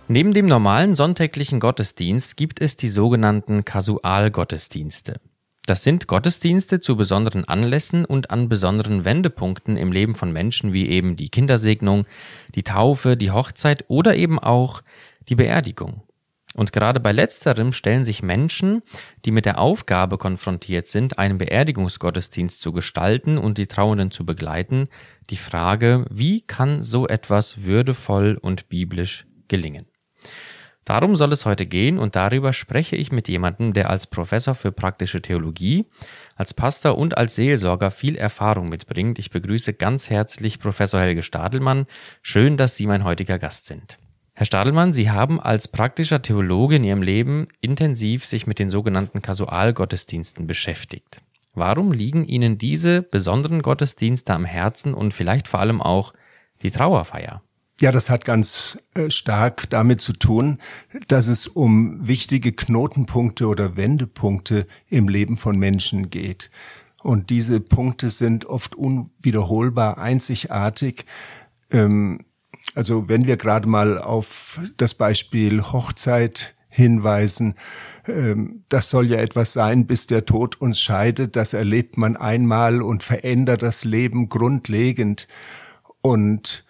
Neben dem normalen sonntäglichen Gottesdienst gibt es die sogenannten Kasualgottesdienste. Das sind Gottesdienste zu besonderen Anlässen und an besonderen Wendepunkten im Leben von Menschen, wie eben die Kindersegnung, die Taufe, die Hochzeit oder eben auch die Beerdigung. Und gerade bei letzterem stellen sich Menschen, die mit der Aufgabe konfrontiert sind, einen Beerdigungsgottesdienst zu gestalten und die Trauernden zu begleiten, die Frage, wie kann so etwas würdevoll und biblisch gelingen? Darum soll es heute gehen und darüber spreche ich mit jemandem, der als Professor für praktische Theologie, als Pastor und als Seelsorger viel Erfahrung mitbringt. Ich begrüße ganz herzlich Professor Helge Stadelmann. Schön, dass Sie mein heutiger Gast sind. Herr Stadelmann, Sie haben als praktischer Theologe in Ihrem Leben intensiv sich mit den sogenannten Kasualgottesdiensten beschäftigt. Warum liegen Ihnen diese besonderen Gottesdienste am Herzen und vielleicht vor allem auch die Trauerfeier? Ja, das hat ganz stark damit zu tun, dass es um wichtige Knotenpunkte oder Wendepunkte im Leben von Menschen geht. Und diese Punkte sind oft unwiederholbar, einzigartig. Also wenn wir gerade mal auf das Beispiel Hochzeit hinweisen, das soll ja etwas sein, bis der Tod uns scheidet. Das erlebt man einmal und verändert das Leben grundlegend. Und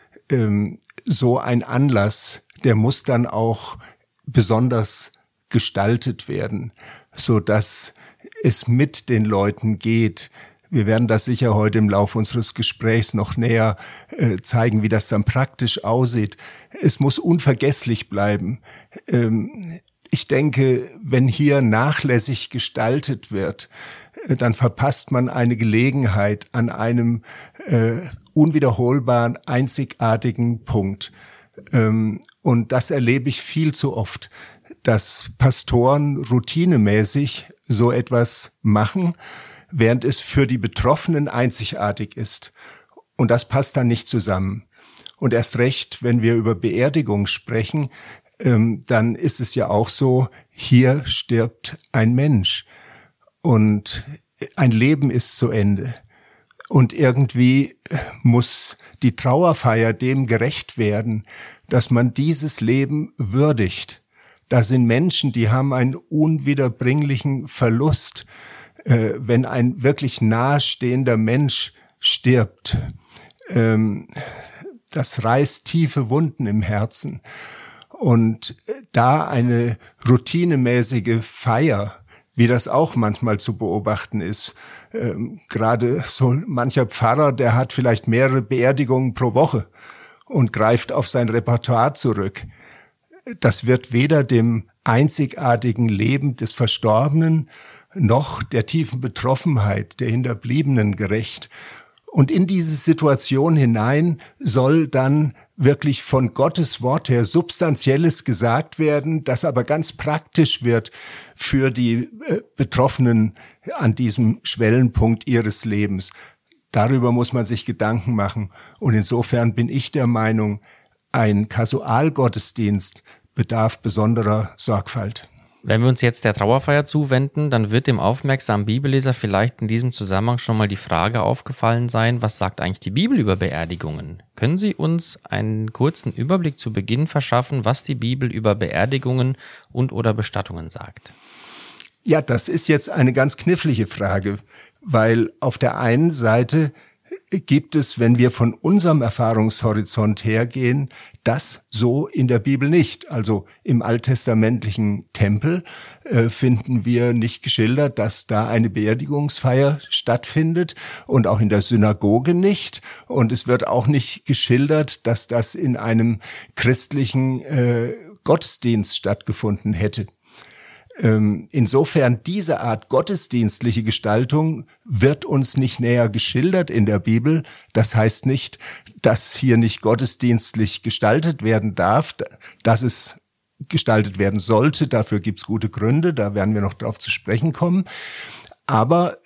so ein Anlass, der muss dann auch besonders gestaltet werden, so dass es mit den Leuten geht. Wir werden das sicher heute im Laufe unseres Gesprächs noch näher zeigen, wie das dann praktisch aussieht. Es muss unvergesslich bleiben. Ich denke, wenn hier nachlässig gestaltet wird, dann verpasst man eine Gelegenheit an einem unwiederholbaren, einzigartigen Punkt. Und das erlebe ich viel zu oft, dass Pastoren routinemäßig so etwas machen, während es für die Betroffenen einzigartig ist. Und das passt dann nicht zusammen. Und erst recht, wenn wir über Beerdigung sprechen, dann ist es ja auch so, hier stirbt ein Mensch und ein Leben ist zu Ende. Und irgendwie muss die Trauerfeier dem gerecht werden, dass man dieses Leben würdigt. Da sind Menschen, die haben einen unwiederbringlichen Verlust, wenn ein wirklich nahestehender Mensch stirbt. Das reißt tiefe Wunden im Herzen. Und da eine routinemäßige Feier, wie das auch manchmal zu beobachten ist, gerade so mancher Pfarrer, der hat vielleicht mehrere Beerdigungen pro Woche und greift auf sein Repertoire zurück. Das wird weder dem einzigartigen Leben des Verstorbenen noch der tiefen Betroffenheit der Hinterbliebenen gerecht. Und in diese Situation hinein soll dann wirklich von Gottes Wort her Substanzielles gesagt werden, das aber ganz praktisch wird für die Betroffenen an diesem Schwellenpunkt ihres Lebens. Darüber muss man sich Gedanken machen. Und insofern bin ich der Meinung, ein Kasualgottesdienst bedarf besonderer Sorgfalt. Wenn wir uns jetzt der Trauerfeier zuwenden, dann wird dem aufmerksamen Bibelleser vielleicht in diesem Zusammenhang schon mal die Frage aufgefallen sein, was sagt eigentlich die Bibel über Beerdigungen? Können Sie uns einen kurzen Überblick zu Beginn verschaffen, was die Bibel über Beerdigungen und/oder Bestattungen sagt? Ja, das ist jetzt eine ganz knifflige Frage, weil auf der einen Seite gibt es, wenn wir von unserem Erfahrungshorizont hergehen, das so in der Bibel nicht. Also im alttestamentlichen Tempel finden wir nicht geschildert, dass da eine Beerdigungsfeier stattfindet und auch in der Synagoge nicht. Und es wird auch nicht geschildert, dass das in einem christlichen Gottesdienst stattgefunden hätte. Insofern diese Art gottesdienstliche Gestaltung wird uns nicht näher geschildert in der Bibel. Das heißt nicht, dass hier nicht gottesdienstlich gestaltet werden darf, dass es gestaltet werden sollte. Dafür gibt's gute Gründe, da werden wir noch drauf zu sprechen kommen. Aber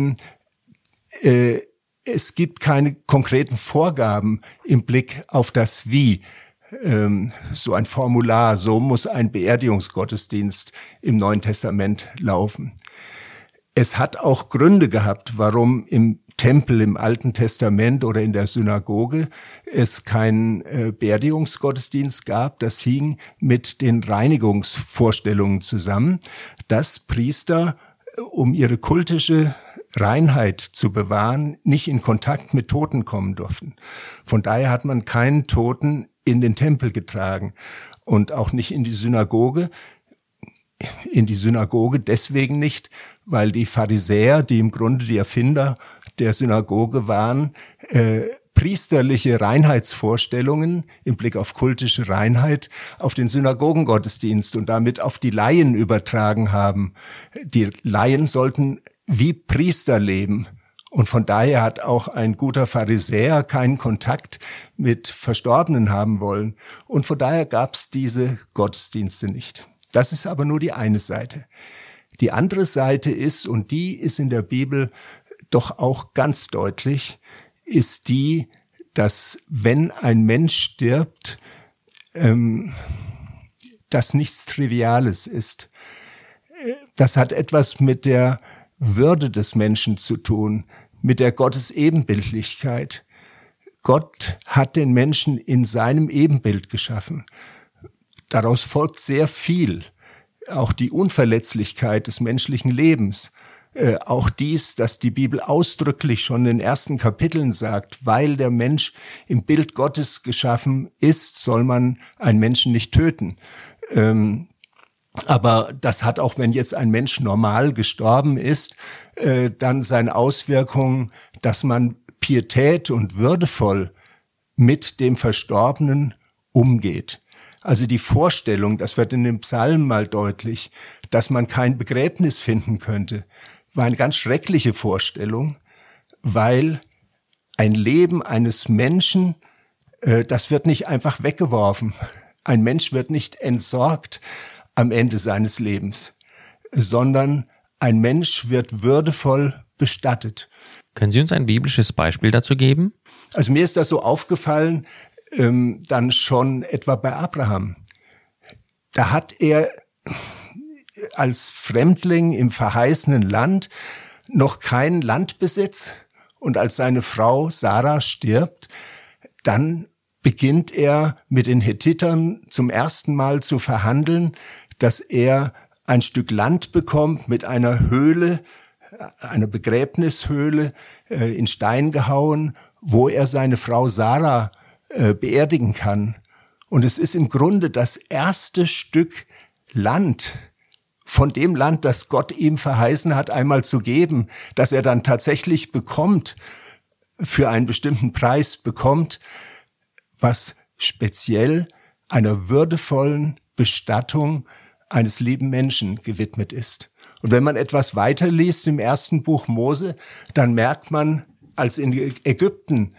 es gibt keine konkreten Vorgaben im Blick auf das Wie. So ein Formular, so muss ein Beerdigungsgottesdienst im Neuen Testament laufen. Es hat auch Gründe gehabt, warum im Tempel im Alten Testament oder in der Synagoge es keinen Beerdigungsgottesdienst gab. Das hing mit den Reinigungsvorstellungen zusammen, dass Priester, um ihre kultische Reinheit zu bewahren, nicht in Kontakt mit Toten kommen durften. Von daher hat man keinen Toten in den Tempel getragen und auch nicht in die Synagoge. In die Synagoge deswegen nicht, weil die Pharisäer, die im Grunde die Erfinder der Synagoge waren, priesterliche Reinheitsvorstellungen im Blick auf kultische Reinheit auf den Synagogengottesdienst und damit auf die Laien übertragen haben. Die Laien sollten wie Priester leben. Und von daher hat auch ein guter Pharisäer keinen Kontakt mit Verstorbenen haben wollen. Und von daher gab es diese Gottesdienste nicht. Das ist aber nur die eine Seite. Die andere Seite ist, und die ist in der Bibel doch auch ganz deutlich, ist die, dass wenn ein Mensch stirbt, das nichts Triviales ist. Das hat etwas mit der Würde des Menschen zu tun, mit der Gottesebenbildlichkeit. Gott hat den Menschen in seinem Ebenbild geschaffen. Daraus folgt sehr viel, auch die Unverletzlichkeit des menschlichen Lebens. Auch dies, dass die Bibel ausdrücklich schon in den ersten Kapiteln sagt, weil der Mensch im Bild Gottes geschaffen ist, soll man einen Menschen nicht töten. Aber das hat auch, wenn jetzt ein Mensch normal gestorben ist, dann seine Auswirkungen, dass man pietät und würdevoll mit dem Verstorbenen umgeht. Also die Vorstellung, das wird in dem Psalm mal deutlich, dass man kein Begräbnis finden könnte, war eine ganz schreckliche Vorstellung, weil ein Leben eines Menschen, das wird nicht einfach weggeworfen. Ein Mensch wird nicht entsorgt am Ende seines Lebens, sondern ein Mensch wird würdevoll bestattet. Können Sie uns ein biblisches Beispiel dazu geben? Also mir ist das so aufgefallen, dann schon etwa bei Abraham. Da hat er als Fremdling im verheißenen Land noch keinen Landbesitz und als seine Frau Sarah stirbt, dann beginnt er mit den Hethitern zum ersten Mal zu verhandeln, dass er ein Stück Land bekommt mit einer Höhle, einer Begräbnishöhle in Stein gehauen, wo er seine Frau Sarah beerdigen kann. Und es ist im Grunde das erste Stück Land, von dem Land, das Gott ihm verheißen hat, einmal zu geben, das er dann tatsächlich bekommt, für einen bestimmten Preis bekommt, was speziell einer würdevollen Bestattung eines lieben Menschen gewidmet ist. Und wenn man etwas weiterliest im ersten Buch Mose, dann merkt man, als in Ägypten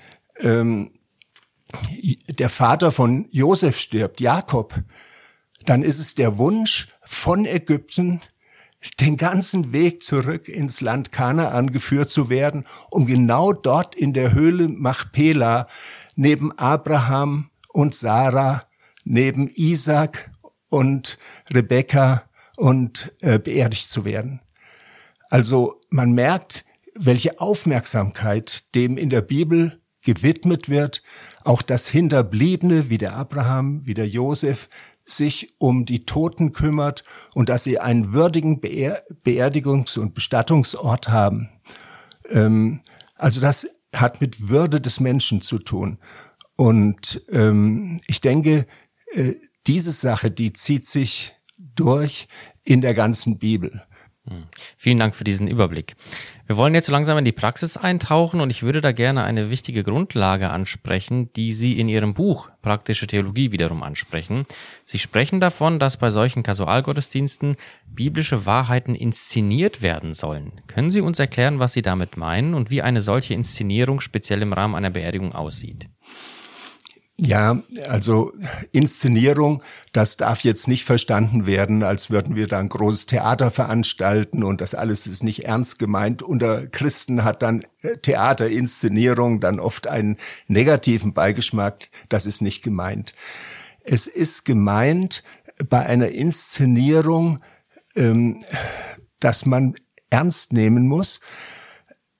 der Vater von Josef stirbt, Jakob, dann ist es der Wunsch von Ägypten, den ganzen Weg zurück ins Land Kanaan geführt zu werden, um genau dort in der Höhle Machpela neben Abraham und Sarah, neben Isaac und Rebekka und beerdigt zu werden. Also man merkt, welche Aufmerksamkeit dem in der Bibel gewidmet wird, auch das Hinterbliebene, wie der Abraham, wie der Josef, sich um die Toten kümmert und dass sie einen würdigen Beerdigungs- und Bestattungsort haben. Also das hat mit Würde des Menschen zu tun. Und ich denke, diese Sache, die zieht sich durch in der ganzen Bibel. Vielen Dank für diesen Überblick. Wir wollen jetzt so langsam in die Praxis eintauchen und ich würde da gerne eine wichtige Grundlage ansprechen, die Sie in Ihrem Buch Praktische Theologie wiederum ansprechen. Sie sprechen davon, dass bei solchen Kasualgottesdiensten biblische Wahrheiten inszeniert werden sollen. Können Sie uns erklären, was Sie damit meinen und wie eine solche Inszenierung speziell im Rahmen einer Beerdigung aussieht? Ja, also Inszenierung, das darf jetzt nicht verstanden werden, als würden wir da ein großes Theater veranstalten und das alles ist nicht ernst gemeint. Unter Christen hat dann Theaterinszenierung dann oft einen negativen Beigeschmack. Das ist nicht gemeint. Es ist gemeint bei einer Inszenierung, dass man ernst nehmen muss,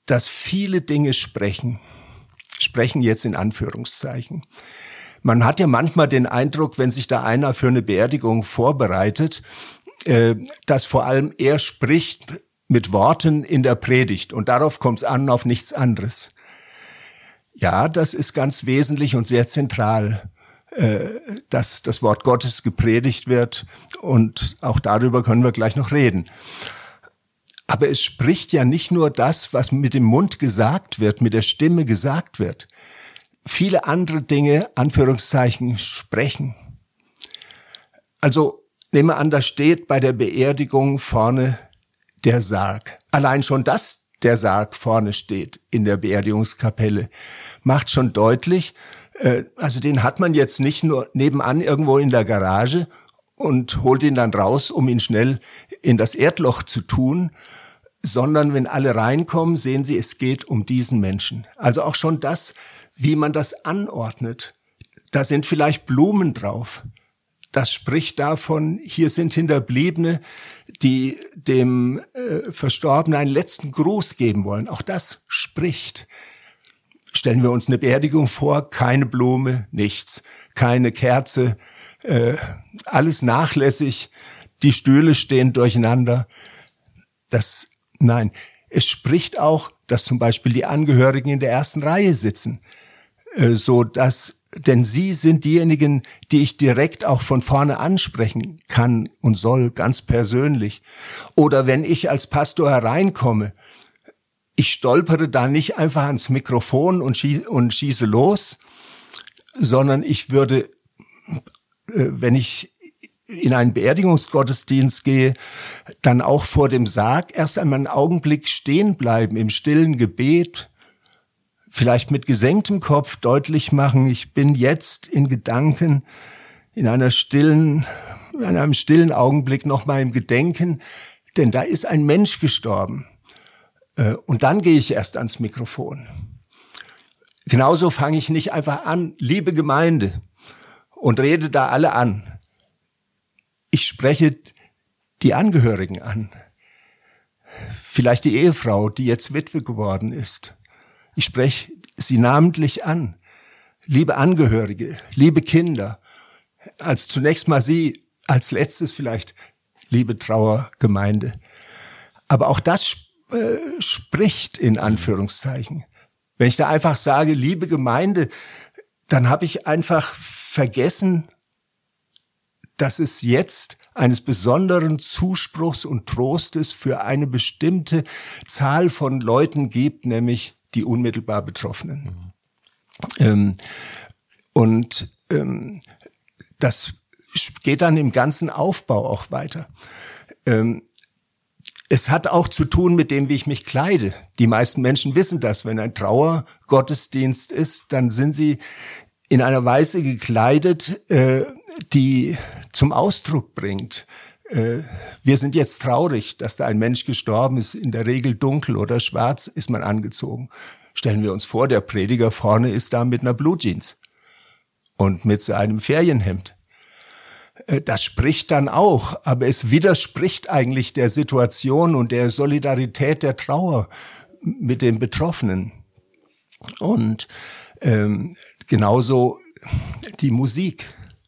dass viele Dinge sprechen jetzt in Anführungszeichen. Man hat ja manchmal den Eindruck, wenn sich da einer für eine Beerdigung vorbereitet, dass vor allem er spricht mit Worten in der Predigt und darauf kommt es an, auf nichts anderes. Ja, das ist ganz wesentlich und sehr zentral, dass das Wort Gottes gepredigt wird und auch darüber können wir gleich noch reden. Aber es spricht ja nicht nur das, was mit dem Mund gesagt wird, mit der Stimme gesagt wird. Viele andere Dinge, Anführungszeichen, sprechen. Also nehmen wir an, da steht bei der Beerdigung vorne der Sarg. Allein schon, dass der Sarg vorne steht in der Beerdigungskapelle, macht schon deutlich, also den hat man jetzt nicht nur nebenan irgendwo in der Garage und holt ihn dann raus, um ihn schnell in das Erdloch zu tun, sondern wenn alle reinkommen, sehen sie, es geht um diesen Menschen. Also auch schon das, wie man das anordnet. Da sind vielleicht Blumen drauf. Das spricht davon, hier sind Hinterbliebene, die dem Verstorbenen einen letzten Gruß geben wollen. Auch das spricht. Stellen wir uns eine Beerdigung vor, keine Blume, nichts, keine Kerze, alles nachlässig, die Stühle stehen durcheinander. Nein, es spricht auch, dass zum Beispiel die Angehörigen in der ersten Reihe sitzen, denn sie sind diejenigen, die ich direkt auch von vorne ansprechen kann und soll, ganz persönlich. Oder wenn ich als Pastor hereinkomme, ich stolpere da nicht einfach ans Mikrofon und schieße los, sondern ich würde, wenn ich in einen Beerdigungsgottesdienst gehe, dann auch vor dem Sarg erst einmal einen Augenblick stehen bleiben, im stillen Gebet, vielleicht mit gesenktem Kopf deutlich machen, ich bin jetzt in Gedanken in einem stillen Augenblick noch mal im Gedenken, denn da ist ein Mensch gestorben. Und dann gehe ich erst ans Mikrofon. Genauso fange ich nicht einfach an, liebe Gemeinde, und rede da alle an. Ich spreche die Angehörigen an. Vielleicht die Ehefrau, die jetzt Witwe geworden ist. Ich spreche sie namentlich an. Liebe Angehörige, liebe Kinder. Als zunächst mal Sie, als letztes vielleicht liebe Trauergemeinde. Aber auch das spricht in Anführungszeichen. Wenn ich da einfach sage, liebe Gemeinde, dann habe ich einfach vergessen, dass es jetzt eines besonderen Zuspruchs und Trostes für eine bestimmte Zahl von Leuten gibt, nämlich die unmittelbar Betroffenen. Das geht dann im ganzen Aufbau auch weiter. Es hat auch zu tun mit dem, wie ich mich kleide. Die meisten Menschen wissen das. Wenn ein Trauergottesdienst ist, dann sind sie in einer Weise gekleidet, die zum Ausdruck bringt, wir sind jetzt traurig, dass da ein Mensch gestorben ist. In der Regel dunkel oder schwarz ist man angezogen. Stellen wir uns vor, der Prediger vorne ist da mit einer Blue Jeans und mit seinem Ferienhemd. Das spricht dann auch, aber es widerspricht eigentlich der Situation und der Solidarität der Trauer mit den Betroffenen. Und genauso die Musik.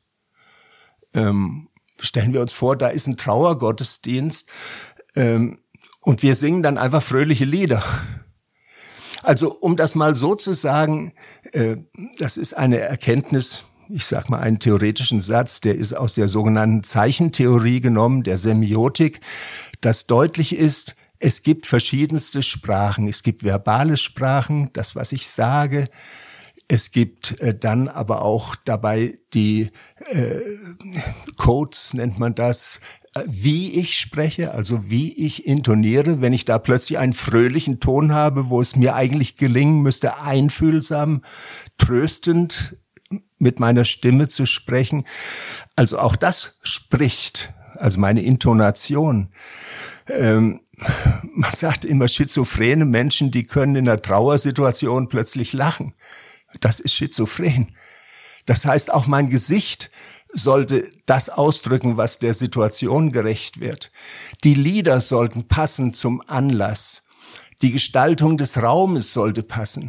Stellen wir uns vor, da ist ein Trauergottesdienst und wir singen dann einfach fröhliche Lieder. Also um das mal so zu sagen, das ist eine Erkenntnis, ich sag mal einen theoretischen Satz, der ist aus der sogenannten Zeichentheorie genommen, der Semiotik, dass deutlich ist, es gibt verschiedenste Sprachen. Es gibt verbale Sprachen, das, was ich sage. Es gibt dann aber auch dabei die Codes, nennt man das, wie ich spreche, also wie ich intoniere. Wenn ich da plötzlich einen fröhlichen Ton habe, wo es mir eigentlich gelingen müsste, einfühlsam, tröstend mit meiner Stimme zu sprechen. Also auch das spricht, also meine Intonation. Man sagt immer, schizophrene Menschen, die können in einer Trauersituation plötzlich lachen. Das ist schizophren. Das heißt, auch mein Gesicht sollte das ausdrücken, was der Situation gerecht wird. Die Lieder sollten passen zum Anlass. Die Gestaltung des Raumes sollte passen.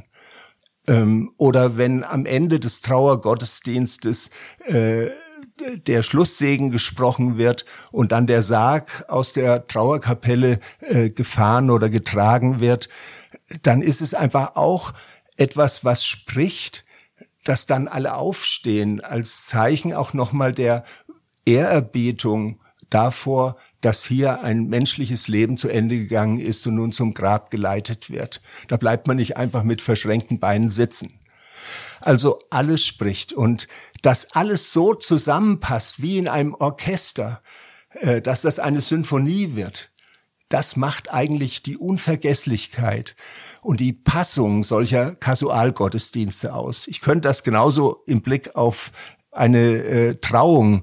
Oder wenn am Ende des Trauergottesdienstes der Schlusssegen gesprochen wird und dann der Sarg aus der Trauerkapelle gefahren oder getragen wird, dann ist es einfach auch etwas, was spricht, dass dann alle aufstehen, als Zeichen auch nochmal der Ehrerbietung davor, dass hier ein menschliches Leben zu Ende gegangen ist und nun zum Grab geleitet wird. Da bleibt man nicht einfach mit verschränkten Beinen sitzen. Also alles spricht und dass alles so zusammenpasst wie in einem Orchester, dass das eine Sinfonie wird, das macht eigentlich die Unvergesslichkeit und die Passung solcher Kasualgottesdienste aus. Ich könnte das genauso im Blick auf eine Trauung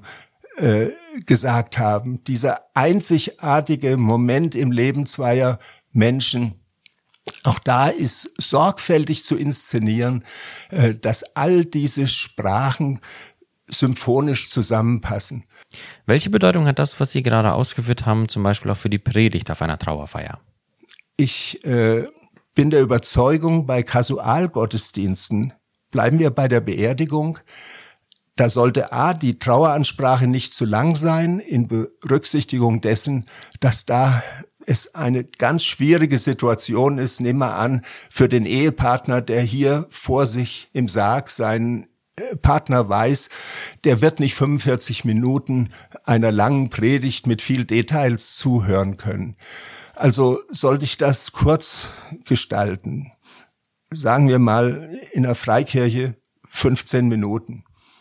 gesagt haben. Dieser einzigartige Moment im Leben zweier Menschen, auch da ist sorgfältig zu inszenieren, dass all diese Sprachen symphonisch zusammenpassen. Welche Bedeutung hat das, was Sie gerade ausgeführt haben, zum Beispiel auch für die Predigt auf einer Trauerfeier? Ich bin der Überzeugung, bei Kasualgottesdiensten, bleiben wir bei der Beerdigung, da sollte die Traueransprache nicht zu lang sein, in Berücksichtigung dessen, dass da es eine ganz schwierige Situation ist, nehmen wir an, für den Ehepartner, der hier vor sich im Sarg seinen Partner weiß, der wird nicht 45 Minuten einer langen Predigt mit viel Details zuhören können. Also sollte ich das kurz gestalten. Sagen wir mal in der Freikirche 15 Minuten.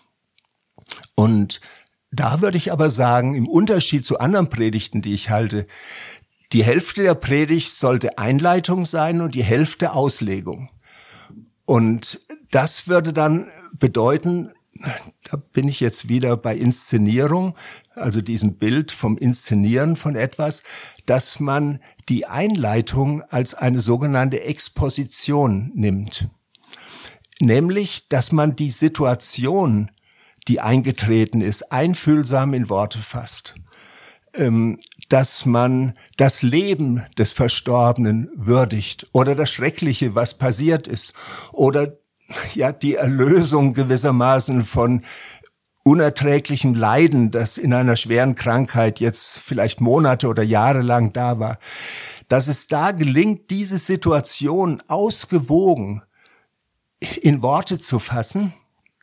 Und da würde ich aber sagen, im Unterschied zu anderen Predigten, die ich halte, die Hälfte der Predigt sollte Einleitung sein und die Hälfte Auslegung. Und das würde dann bedeuten, da bin ich jetzt wieder bei Inszenierung, also diesem Bild vom Inszenieren von etwas, dass man die Einleitung als eine sogenannte Exposition nimmt. Nämlich, dass man die Situation, die eingetreten ist, einfühlsam in Worte fasst. Dass man das Leben des Verstorbenen würdigt oder das Schreckliche, was passiert ist, oder ja die Erlösung gewissermaßen von unerträglichem Leiden, das in einer schweren Krankheit jetzt vielleicht Monate oder Jahre lang da war, dass es da gelingt, diese Situation ausgewogen in Worte zu fassen,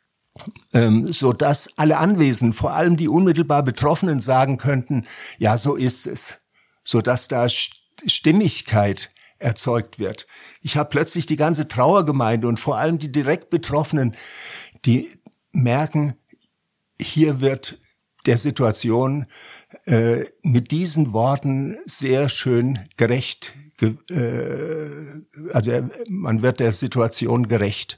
so dass alle Anwesenden, vor allem die unmittelbar Betroffenen, sagen könnten, ja, so ist es, so dass da Stimmigkeit erzeugt wird. Ich habe plötzlich die ganze Trauergemeinde und vor allem die direkt Betroffenen, die merken, hier wird der Situation mit diesen Worten sehr schön gerecht, also man wird der Situation gerecht.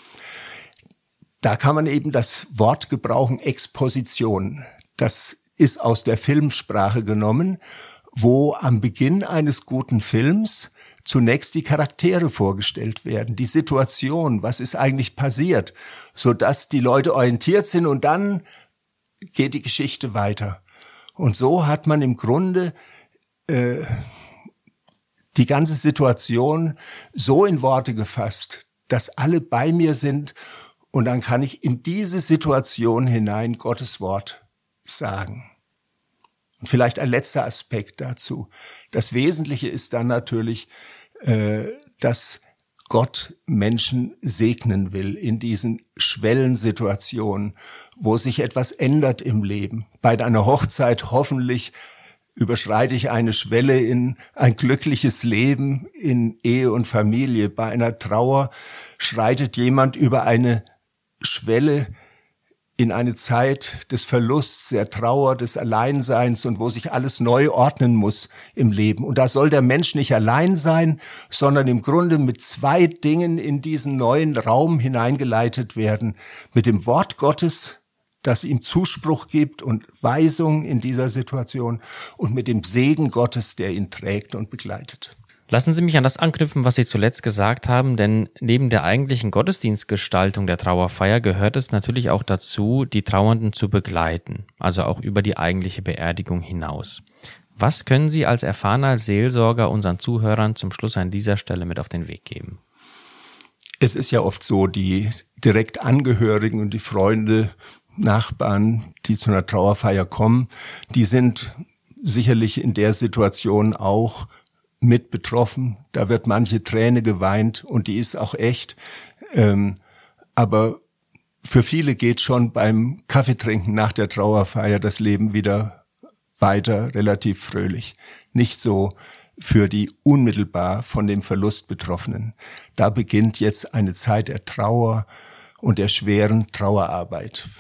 Da kann man eben das Wort gebrauchen, Exposition. Das ist aus der Filmsprache genommen, wo am Beginn eines guten Films zunächst die Charaktere vorgestellt werden, die Situation, was ist eigentlich passiert, sodass die Leute orientiert sind und dann geht die Geschichte weiter. Und so hat man im Grunde die ganze Situation so in Worte gefasst, dass alle bei mir sind. Und dann kann ich in diese Situation hinein Gottes Wort sagen. Und vielleicht ein letzter Aspekt dazu. Das Wesentliche ist dann natürlich, dass Gott Menschen segnen will in diesen Schwellensituationen, wo sich etwas ändert im Leben. Bei einer Hochzeit hoffentlich überschreite ich eine Schwelle in ein glückliches Leben in Ehe und Familie. Bei einer Trauer schreitet jemand über eine Schwelle in eine Zeit des Verlusts, der Trauer, des Alleinseins und wo sich alles neu ordnen muss im Leben. Und da soll der Mensch nicht allein sein, sondern im Grunde mit zwei Dingen in diesen neuen Raum hineingeleitet werden. Mit dem Wort Gottes, das ihm Zuspruch gibt und Weisung in dieser Situation, und mit dem Segen Gottes, der ihn trägt und begleitet. Lassen Sie mich an das anknüpfen, was Sie zuletzt gesagt haben, denn neben der eigentlichen Gottesdienstgestaltung der Trauerfeier gehört es natürlich auch dazu, die Trauernden zu begleiten, also auch über die eigentliche Beerdigung hinaus. Was können Sie als erfahrener Seelsorger unseren Zuhörern zum Schluss an dieser Stelle mit auf den Weg geben? Es ist ja oft so, die direkt Angehörigen und die Freunde, Nachbarn, die zu einer Trauerfeier kommen, die sind sicherlich in der Situation auch mit betroffen. Da wird manche Träne geweint und die ist auch echt. Aber für viele geht schon beim Kaffeetrinken nach der Trauerfeier das Leben wieder weiter, relativ fröhlich. Nicht so für die unmittelbar von dem Verlust Betroffenen. Da beginnt jetzt eine Zeit der Trauer und der schweren Trauerarbeit.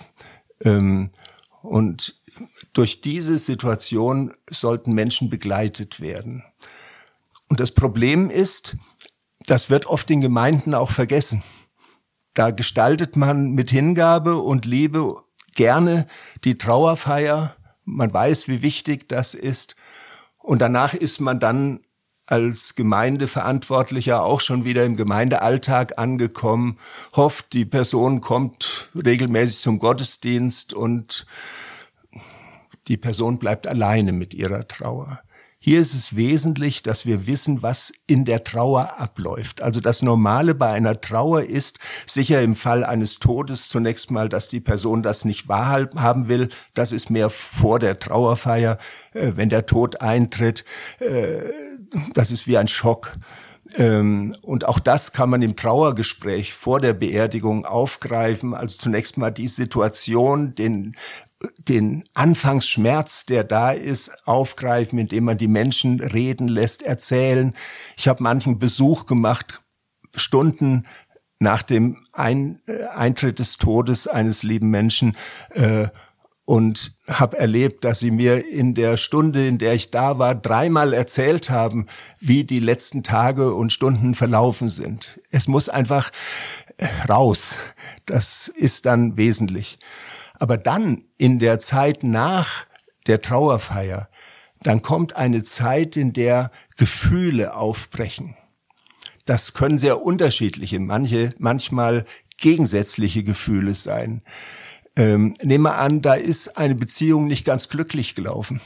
Und durch diese Situation sollten Menschen begleitet werden. Und das Problem ist, das wird oft in Gemeinden auch vergessen. Da gestaltet man mit Hingabe und Liebe gerne die Trauerfeier. Man weiß, wie wichtig das ist. Und danach ist man dann als Gemeindeverantwortlicher auch schon wieder im Gemeindealltag angekommen, hofft, die Person kommt regelmäßig zum Gottesdienst und die Person bleibt alleine mit ihrer Trauer. Hier ist es wesentlich, dass wir wissen, was in der Trauer abläuft. Also das Normale bei einer Trauer ist sicher im Fall eines Todes zunächst mal, dass die Person das nicht wahrhaben will. Das ist mehr vor der Trauerfeier, wenn der Tod eintritt. Das ist wie ein Schock. Und auch das kann man im Trauergespräch vor der Beerdigung aufgreifen. Also zunächst mal die Situation, den Anfangsschmerz, der da ist, aufgreifen, indem man die Menschen reden lässt, erzählen. Ich habe manchen Besuch gemacht, Stunden nach dem Eintritt des Todes eines lieben Menschen, und habe erlebt, dass sie mir in der Stunde, in der ich da war, 3-mal erzählt haben, wie die letzten Tage und Stunden verlaufen sind. Es muss einfach raus. Das ist dann wesentlich. Aber dann in der Zeit nach der Trauerfeier, dann kommt eine Zeit, in der Gefühle aufbrechen. Das können sehr unterschiedliche, manchmal gegensätzliche Gefühle sein. Nehmen wir an, da ist eine Beziehung nicht ganz glücklich gelaufen.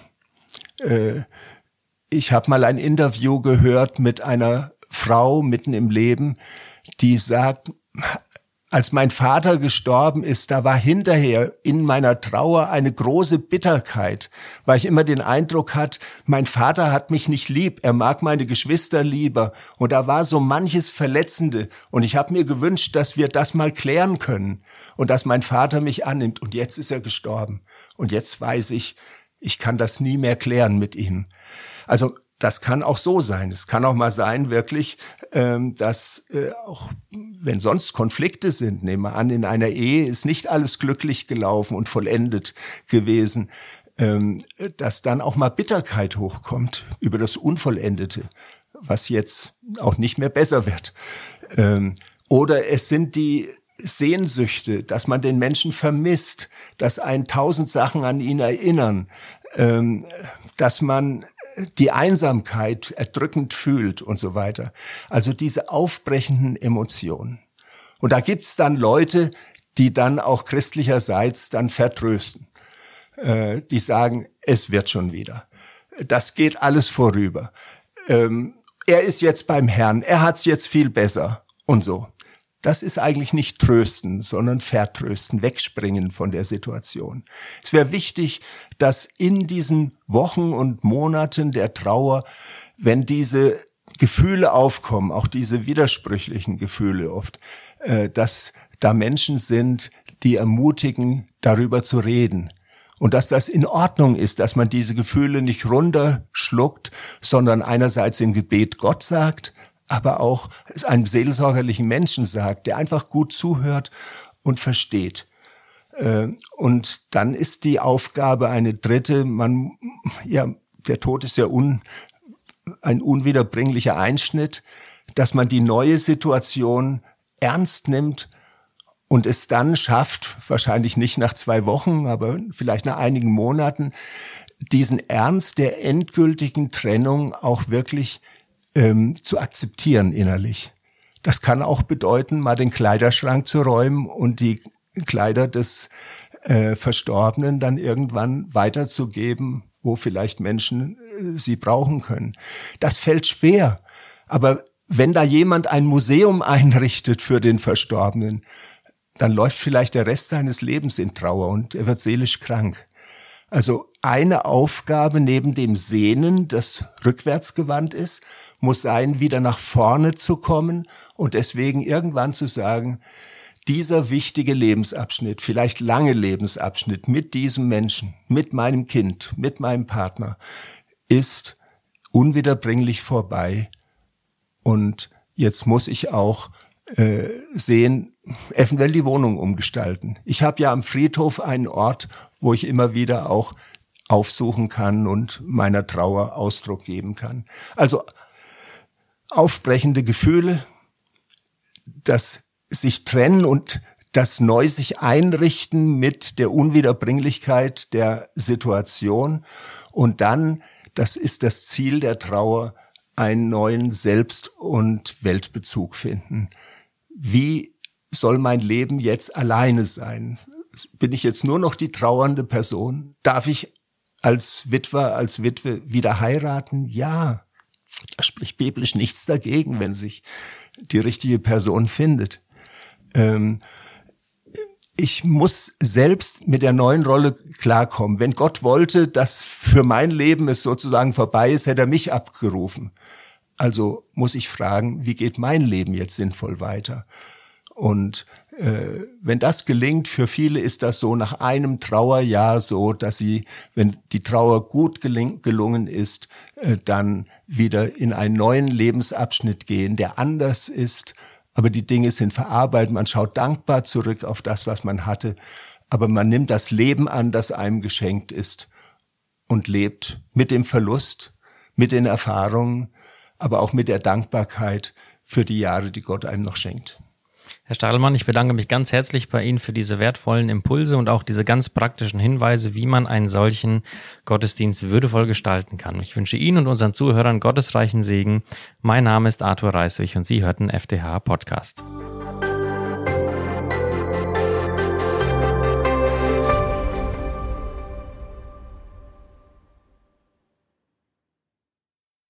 Ich habe mal ein Interview gehört mit einer Frau mitten im Leben, die sagt, als mein Vater gestorben ist, da war hinterher in meiner Trauer eine große Bitterkeit, weil ich immer den Eindruck hatte, mein Vater hat mich nicht lieb, er mag meine Geschwister lieber. Und da war so manches Verletzende. Und ich habe mir gewünscht, dass wir das mal klären können und dass mein Vater mich annimmt. Und jetzt ist er gestorben. Und jetzt weiß ich, ich kann das nie mehr klären mit ihm. Also das kann auch so sein. Es kann auch mal sein, wirklich, dass auch wenn sonst Konflikte sind, nehmen wir an, in einer Ehe ist nicht alles glücklich gelaufen und vollendet gewesen, dass dann auch mal Bitterkeit hochkommt über das Unvollendete, was jetzt auch nicht mehr besser wird. Oder es sind die Sehnsüchte, dass man den Menschen vermisst, dass einen 1000 Sachen an ihn erinnern, dass man die Einsamkeit erdrückend fühlt und so weiter. Also diese aufbrechenden Emotionen. Und da gibt's dann Leute, die dann auch christlicherseits dann vertrösten. Die sagen, es wird schon wieder. Das geht alles vorüber. Er ist jetzt beim Herrn, er hat's jetzt viel besser und so. Das ist eigentlich nicht trösten, sondern vertrösten, wegspringen von der Situation. Es wäre wichtig, dass in diesen Wochen und Monaten der Trauer, wenn diese Gefühle aufkommen, auch diese widersprüchlichen Gefühle oft, dass da Menschen sind, die ermutigen, darüber zu reden. Und dass das in Ordnung ist, dass man diese Gefühle nicht runterschluckt, sondern einerseits im Gebet Gott sagt, aber auch es einem seelsorgerlichen Menschen sagt, der einfach gut zuhört und versteht. Und dann ist die Aufgabe eine dritte, der Tod ist ja ein unwiederbringlicher Einschnitt, dass man die neue Situation ernst nimmt und es dann schafft, wahrscheinlich nicht nach 2 Wochen, aber vielleicht nach einigen Monaten, diesen Ernst der endgültigen Trennung auch wirklich zu akzeptieren innerlich. Das kann auch bedeuten, mal den Kleiderschrank zu räumen und die Kleider des Verstorbenen dann irgendwann weiterzugeben wo vielleicht Menschen sie brauchen können. Das fällt schwer. Aber wenn da jemand ein Museum einrichtet für den Verstorbenen, dann läuft vielleicht der Rest seines Lebens in Trauer und er wird seelisch krank. Also eine Aufgabe neben dem Sehnen, das rückwärtsgewandt ist, muss sein, wieder nach vorne zu kommen und deswegen irgendwann zu sagen, dieser wichtige Lebensabschnitt, vielleicht lange Lebensabschnitt mit diesem Menschen, mit meinem Kind, mit meinem Partner, ist unwiederbringlich vorbei. Und jetzt muss ich auch sehen, eventuell die Wohnung umgestalten. Ich habe ja am Friedhof einen Ort, wo ich immer wieder auch aufsuchen kann und meiner Trauer Ausdruck geben kann. Also aufbrechende Gefühle, das sich trennen und das neu sich einrichten mit der Unwiederbringlichkeit der Situation und dann, das ist das Ziel der Trauer, einen neuen Selbst- und Weltbezug finden. Wie soll mein Leben jetzt alleine sein? Bin ich jetzt nur noch die trauernde Person? Darf ich als Witwer, als Witwe wieder heiraten? Ja, da spricht biblisch nichts dagegen, wenn sich die richtige Person findet. Ich muss selbst mit der neuen Rolle klarkommen. Wenn Gott wollte, dass für mein Leben es sozusagen vorbei ist, hätte er mich abgerufen. Also muss ich fragen, wie geht mein Leben jetzt sinnvoll weiter? Und wenn das gelingt, für viele ist das so nach einem Trauerjahr so, dass sie, wenn die Trauer gut gelungen ist, dann wieder in einen neuen Lebensabschnitt gehen, der anders ist, aber die Dinge sind verarbeitet, man schaut dankbar zurück auf das, was man hatte, aber man nimmt das Leben an, das einem geschenkt ist und lebt mit dem Verlust, mit den Erfahrungen, aber auch mit der Dankbarkeit für die Jahre, die Gott einem noch schenkt. Herr Stadelmann, ich bedanke mich ganz herzlich bei Ihnen für diese wertvollen Impulse und auch diese ganz praktischen Hinweise, wie man einen solchen Gottesdienst würdevoll gestalten kann. Ich wünsche Ihnen und unseren Zuhörern gottesreichen Segen. Mein Name ist Arthur Reiswig und Sie hörten FDH Podcast.